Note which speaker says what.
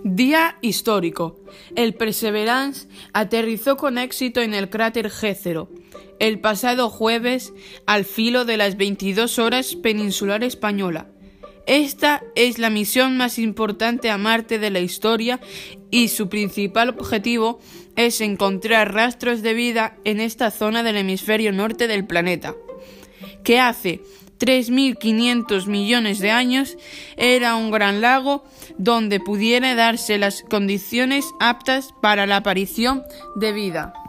Speaker 1: Día histórico. El Perseverance aterrizó con éxito en el cráter G0 el pasado jueves al filo de las 22 horas peninsular española. Esta es la misión más importante a Marte de la historia y su principal objetivo es encontrar rastros de vida en esta zona del hemisferio norte del planeta, que hace 3.500 millones de años era un gran lago donde pudiera darse las condiciones aptas para la aparición de vida.